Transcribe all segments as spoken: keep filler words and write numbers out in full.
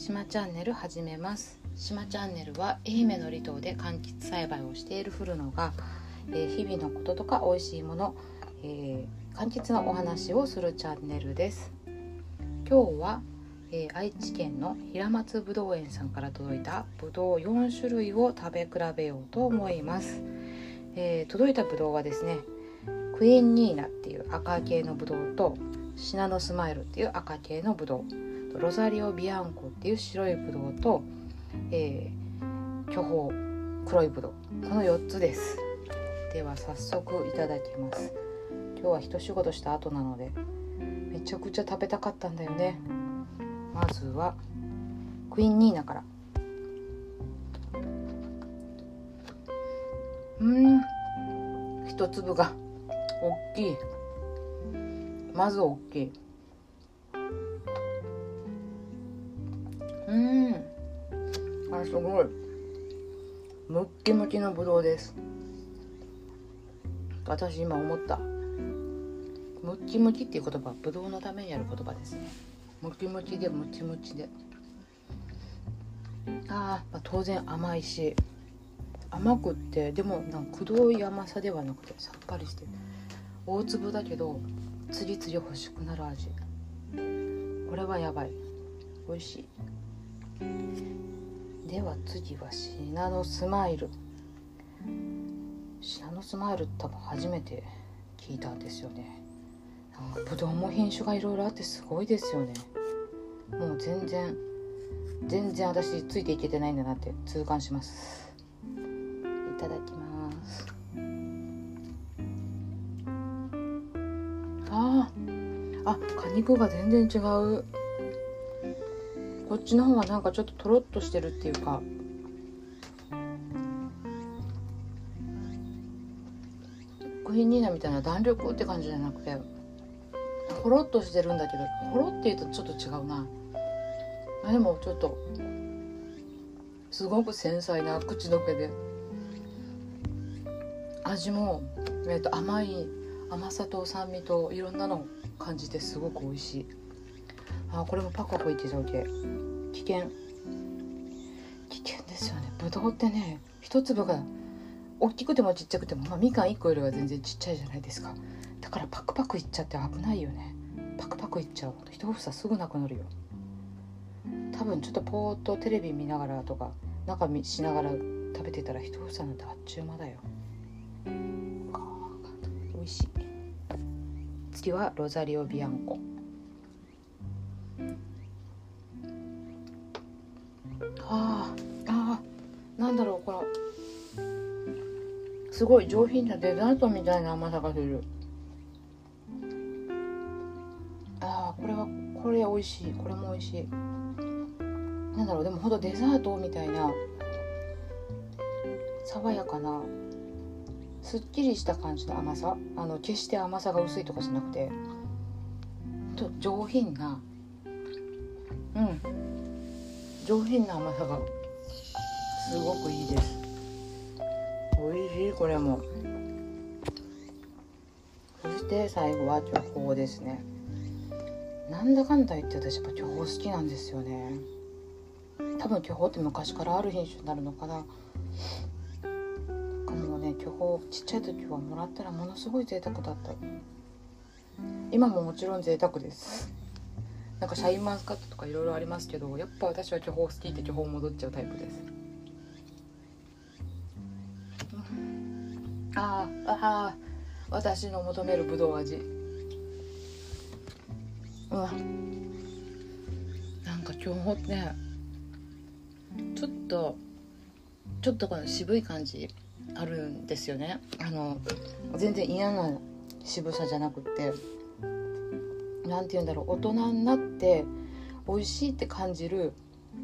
島チャンネル始めます。島チャンネルは愛媛の離島で柑橘栽培をしている古野が、えー、日々のこととか美味しいもの、えー、柑橘のお話をするチャンネルです。今日は、えー、愛知県の平松ぶどう園さんから届いたぶどうよん種類を食べ比べようと思います。えー、届いたぶどうはですね、クイーンニーナっていう赤系のぶどうとシナノスマイルっていう赤系のぶどう、ロザリオビアンコっていう白いぶどうと、えー、巨峰黒いぶどう、このよっつです。では早速いただきます。今日は一仕事した後なのでめちゃくちゃ食べたかったんだよね。まずはクイーンニーナから。うーん、一粒が大きい。まず大きい。うーん、あ、すごいムッキムキのぶどうです。私今思った。ムッキムキっていう言葉はぶどうのためにある言葉ですね。ムキムキでムチムチで、あ、まあ当然甘いし、甘くってでもなんかくどい甘さではなくてさっぱりしてる。大粒だけどつりつり欲しくなる味。これはやばい、美味しい。では次はシナノスマイル。シナノスマイル多分初めて聞いたんですよね。なんかブドウも品種がいろいろあってすごいですよね。もう全然全然私ついていけてないんだなって痛感します。いただきます。あーあ、果肉が全然違う。こっちの方はなんかちょっととろっとしてるっていうか、クイーンニーナみたいな弾力って感じじゃなくてほろっとしてるんだけど、ほろって言うとちょっと違うな。あ、でもちょっとすごく繊細な口どけで、味も、えーと、甘い甘さと酸味といろんなのを感じてすごく美味しい。あ、これもパクパクいってちゃうけ危険危険ですよね。ぶどうってね、一粒が大きくてもちっちゃくても、まあ、みかんいっこよりは全然ちっちゃいじゃないですか。だからパクパクいっちゃって危ないよね。パクパクいっちゃうと一房すぐなくなるよ。多分ちょっとポーっとテレビ見ながらとか中見しながら食べてたら一房なんてあっちゅう間だよ。美味しい。次はロザリオビアンコ。あーあー、なんだろう、このすごい上品なデザートみたいな甘さがする。ああ、これはこれ美味しい。これも美味しい。なんだろう、でもほんとデザートみたいな爽やかなすっきりした感じの甘さ。あの決して甘さが薄いとかじゃなくて、と上品な、うん上品な甘さがすごくいいです。美味しい。これも。そして最後は巨峰ですね。なんだかんだ言って私やっぱ巨峰好きなんですよね。多分巨峰って昔からある品種になるのかな。もうね、巨峰ちっちゃい時はもらったらものすごい贅沢だった。今ももちろん贅沢です。なんかシャインマスカットとかいろいろありますけど、やっぱ私は巨峰好きって巨峰戻っちゃうタイプです。あーあー、私の求めるぶどう味。うわ、なんか巨峰ってね、ちょっとちょっとこの渋い感じあるんですよね。あの全然嫌な渋さじゃなくて、なんて言うんだろう、大人になって美味しいって感じる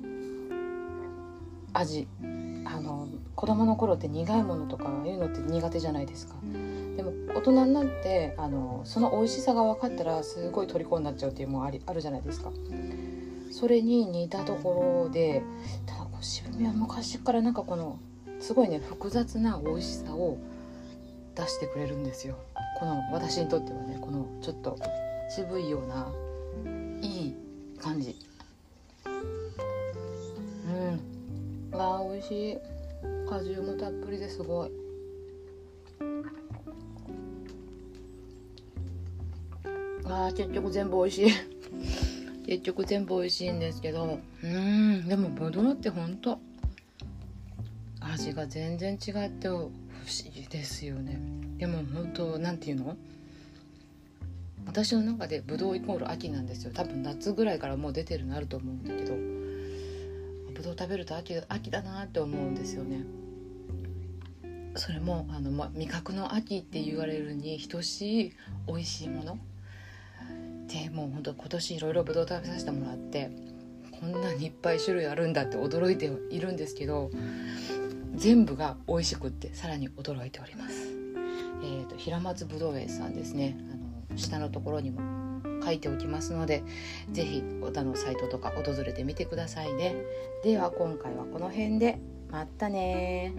味。あの子供の頃って苦いものとかいうのって苦手じゃないですか。でも大人になってあのその美味しさが分かったらすごい虜になっちゃうっていうのもありあるじゃないですか。それに似たところで、ただこう渋みは昔からなんかこのすごいね、複雑な美味しさを出してくれるんですよ。この私にとってはね、このちょっと渋いようないい感じ。 ん、あー美味しい。果汁もたっぷりですごい。あー結局全部美味しい結局全部美味しいんですけど、うーんでもぶどうってほんと味が全然違って不思議ですよね。でも本当なんていうの、私の中でぶどうイコール秋なんですよ。多分夏ぐらいからもう出てるのあると思うんだけど、ぶどう食べると 秋, 秋だなって思うんですよね。それもあの、ま、味覚の秋って言われるに等しい美味しいもので、もう本当今年いろいろぶどう食べさせてもらって、こんなにいっぱい種類あるんだって驚いているんですけど、全部が美味しくってさらに驚いております。えーと、平松ぶどう園さんですね、あの下のところにも書いておきますので、ぜひあのサイトとか訪れてみてくださいね。では今回はこの辺で、またね。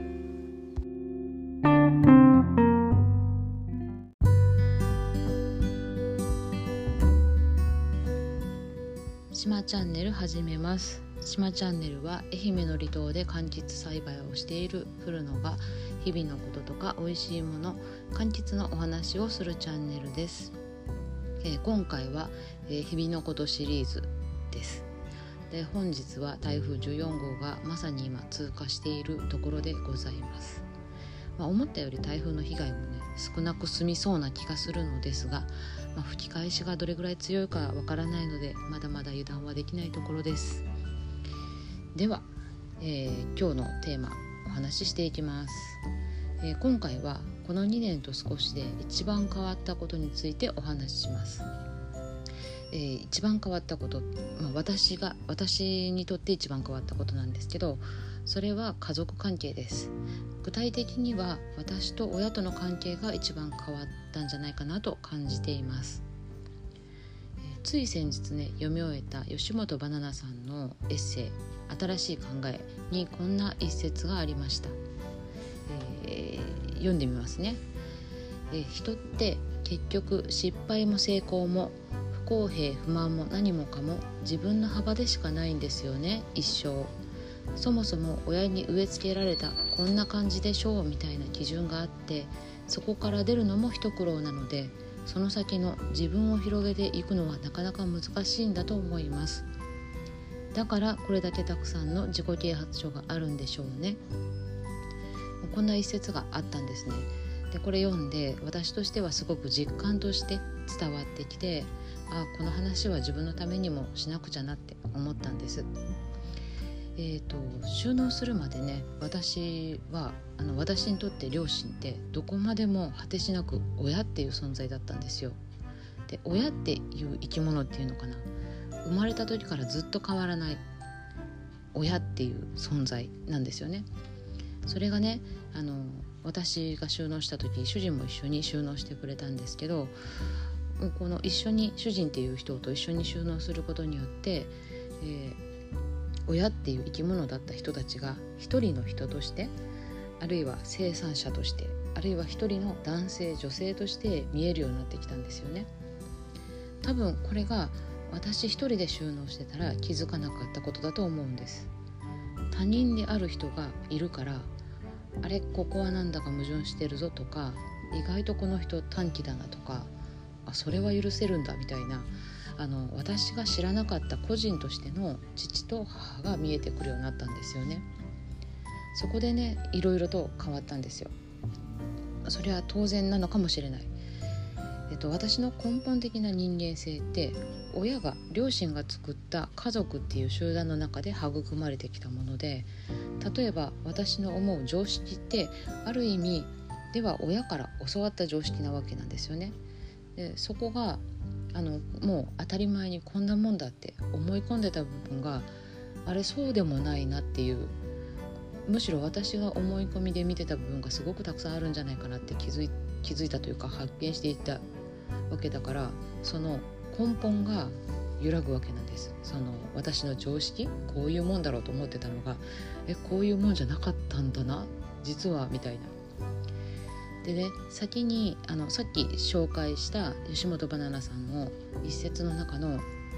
しまチャンネル始めます。しまチャンネルは愛媛の離島で柑橘栽培をしている古野が日々のこととか美味しいもの、柑橘のお話をするチャンネルです。えー、今回は、えー、日々のことシリーズです。で本日は台風じゅうよん号がまさに今通過しているところでございます。まあ、思ったより台風の被害もね少なく済みそうな気がするのですが、まあ、吹き返しがどれぐらい強いかわからないので、まだまだ油断はできないところです。では、えー、今日のテーマお話ししていきます。えー、今回はこのにねんと少しで一番変わったことについてお話しします。えー、一番変わったこと、まあ、私が私にとって一番変わったことなんですけど、それは家族関係です。具体的には私と親との関係が一番変わったんじゃないかなと感じています。えー、つい先日ね読み終えた吉本ばななさんのエッセイ新しい考えにこんな一節がありました。えー、読んでみますね。えー、人って結局失敗も成功も不公平不満も何もかも自分の幅でしかないんですよね、一生。そもそも親に植え付けられたこんな感じでしょうみたいな基準があって、そこから出るのも一苦労なので、その先の自分を広げていくのはなかなか難しいんだと思います。だからこれだけたくさんの自己啓発書があるんでしょうね。こんな一節があったんですね。でこれ読んで私としてはすごく実感として伝わってきて、あこの話は自分のためにもしなくちゃなって思ったんです。えーと、収納するまでね、私はあの私にとって両親ってどこまでも果てしなく親っていう存在だったんですよ。で親っていう生き物っていうのかな、生まれた時からずっと変わらない親っていう存在なんですよね。それがね、あの私が収納した時、主人も一緒に収納してくれたんですけど、この一緒に主人っていう人と一緒に収納することによって、えー親っていう生き物だった人たちが一人の人として、あるいは生産者として、あるいは一人の男性女性として見えるようになってきたんですよね。多分これが私一人で収納してたら気づかなかったことだと思うんです。他人である人がいるから、あれここはなんだか矛盾してるぞとか、意外とこの人短気だなとか、あそれは許せるんだみたいな、あの私が知らなかった個人としての父と母が見えてくるようになったんですよね。そこでね、いろいろと変わったんですよ。それは当然なのかもしれない。えっと、私の根本的な人間性って、親が両親が作った家族っていう集団の中で育まれてきたもので、例えば私の思う常識ってある意味では親から教わった常識なわけなんですよね。でそこがあのもう当たり前にこんなもんだって思い込んでた部分が、あれそうでもないなっていう、むしろ私が思い込みで見てた部分がすごくたくさんあるんじゃないかなって気づい、気づいたというか発見していったわけだから、その根本が揺らぐわけなんです。その私の常識、こういうもんだろうと思ってたのが、えこういうもんじゃなかったんだな実はみたいな。でね、先にあのさっき紹介した吉本ばななさんの一節の中の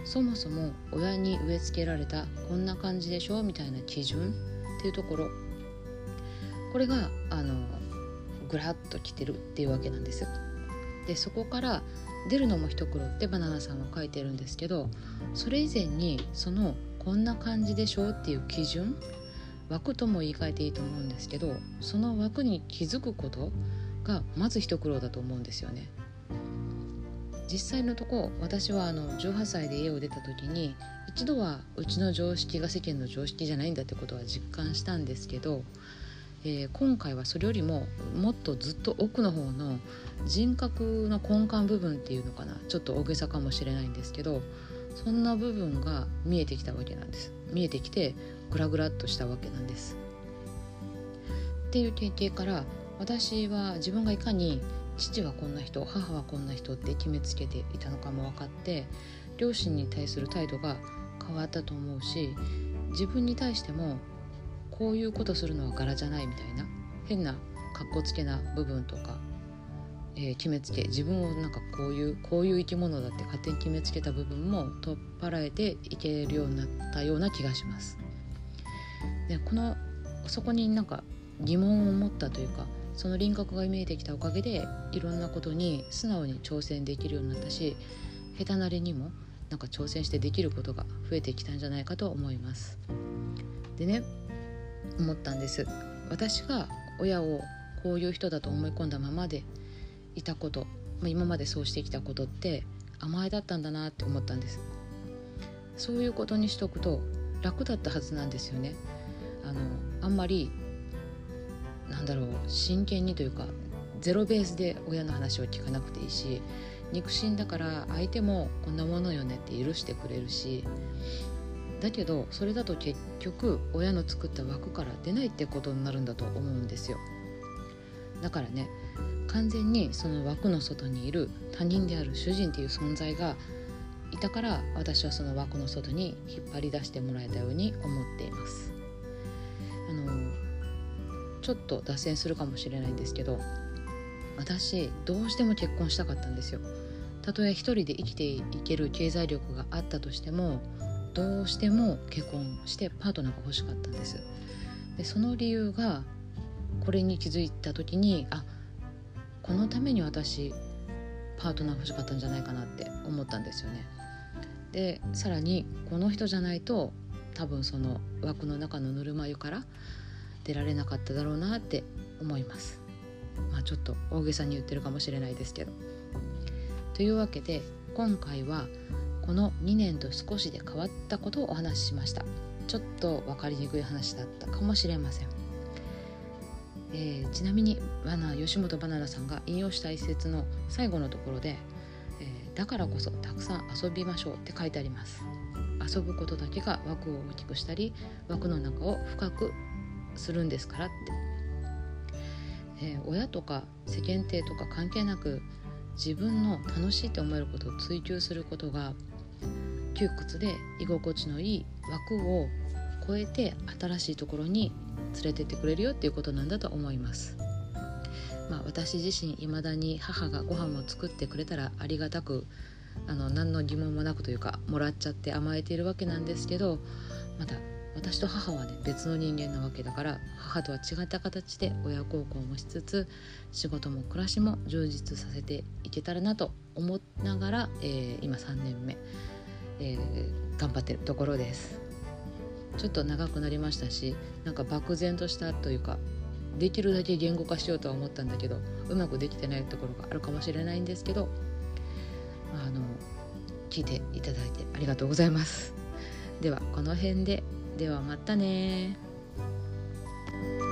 そもそも親に植え付けられたこんな感じでしょみたいな基準っていうところ、これがあのグラッときてるっていうわけなんです。でそこから出るのも一苦労ってバナナさんは書いてるんですけど、それ以前にそのこんな感じでしょっていう基準、枠とも言い換えていいと思うんですけど、その枠に気づくことがまず一苦労だと思うんですよね。実際のとこ私はあのじゅうはっさいで家を出た時に一度はうちの常識が世間の常識じゃないんだってことは実感したんですけど、えー、今回はそれよりももっとずっと奥の方の人格の根幹部分っていうのかな、ちょっと大げさかもしれないんですけど、そんな部分が見えてきたわけなんです。見えてきてグラグラっとしたわけなんです。っていう経験から私は自分がいかに父はこんな人、母はこんな人って決めつけていたのかも分かって、両親に対する態度が変わったと思うし、自分に対してもこういうことするのは柄じゃないみたいな変なかっこつけな部分とか、えー、決めつけ、自分をなんかこういうこういう生き物だって勝手に決めつけた部分も取っ払えていけるようになったような気がします。でこのそこになんか疑問を持ったというか、その輪郭が見えてきたおかげでいろんなことに素直に挑戦できるようになったし、下手なりにもなんか挑戦してできることが増えてきたんじゃないかと思います。でね、思ったんです。私が親をこういう人だと思い込んだままでいたこと、まあ、今までそうしてきたことって甘えだったんだなって思ったんです。そういうことにしとくと楽だったはずなんですよね。あのあんまりなんだろう真剣にというかゼロベースで親の話を聞かなくていいし、肉親だから相手もこんなものよねって許してくれるし、だけどそれだと結局親の作った枠から出ないってことになるんだと思うんですよ。だからね、完全にその枠の外にいる他人である主人っていう存在がいたから、私はその枠の外に引っ張り出してもらえたように思っています。あのちょっと脱線するかもしれないんですけど、私どうしても結婚したかったんですよ。たとえ一人で生きていける経済力があったとしても、どうしても結婚してパートナーが欲しかったんです。でその理由がこれに気づいた時に、あ、このために私パートナー欲しかったんじゃないかなって思ったんですよね。でさらにこの人じゃないと多分その枠の中のぬるま湯から出られなかっただろうなって思います。まあちょっと大げさに言ってるかもしれないですけど。というわけで今回はこのにねんと少しで変わったことをお話ししました。ちょっと分かりにくい話だったかもしれません。えー、ちなみにバナ吉本バナナさんが引用した一節の最後のところで、えー、だからこそたくさん遊びましょうって書いてあります。遊ぶことだけが枠を大きくしたり枠の中を深くするんですからって、えー、親とか世間体とか関係なく自分の楽しいと思えることを追求することが窮屈で居心地のいい枠を超えて新しいところに連れてってくれるよっていうことなんだと思います。まあ、私自身未だに母がご飯を作ってくれたらありがたく、あの何の疑問もなくというかもらっちゃって甘えているわけなんですけど、また私と母はね別の人間なわけだから、母とは違った形で親孝行もしつつ仕事も暮らしも充実させていけたらなと思いながら、えー、今さんねんめ、えー、頑張ってるところです。ちょっと長くなりましたし、なんか漠然としたというかできるだけ言語化しようとは思ったんだけどうまくできてないところがあるかもしれないんですけど、あの聞いていただいてありがとうございます。ではこの辺で、ではまたね。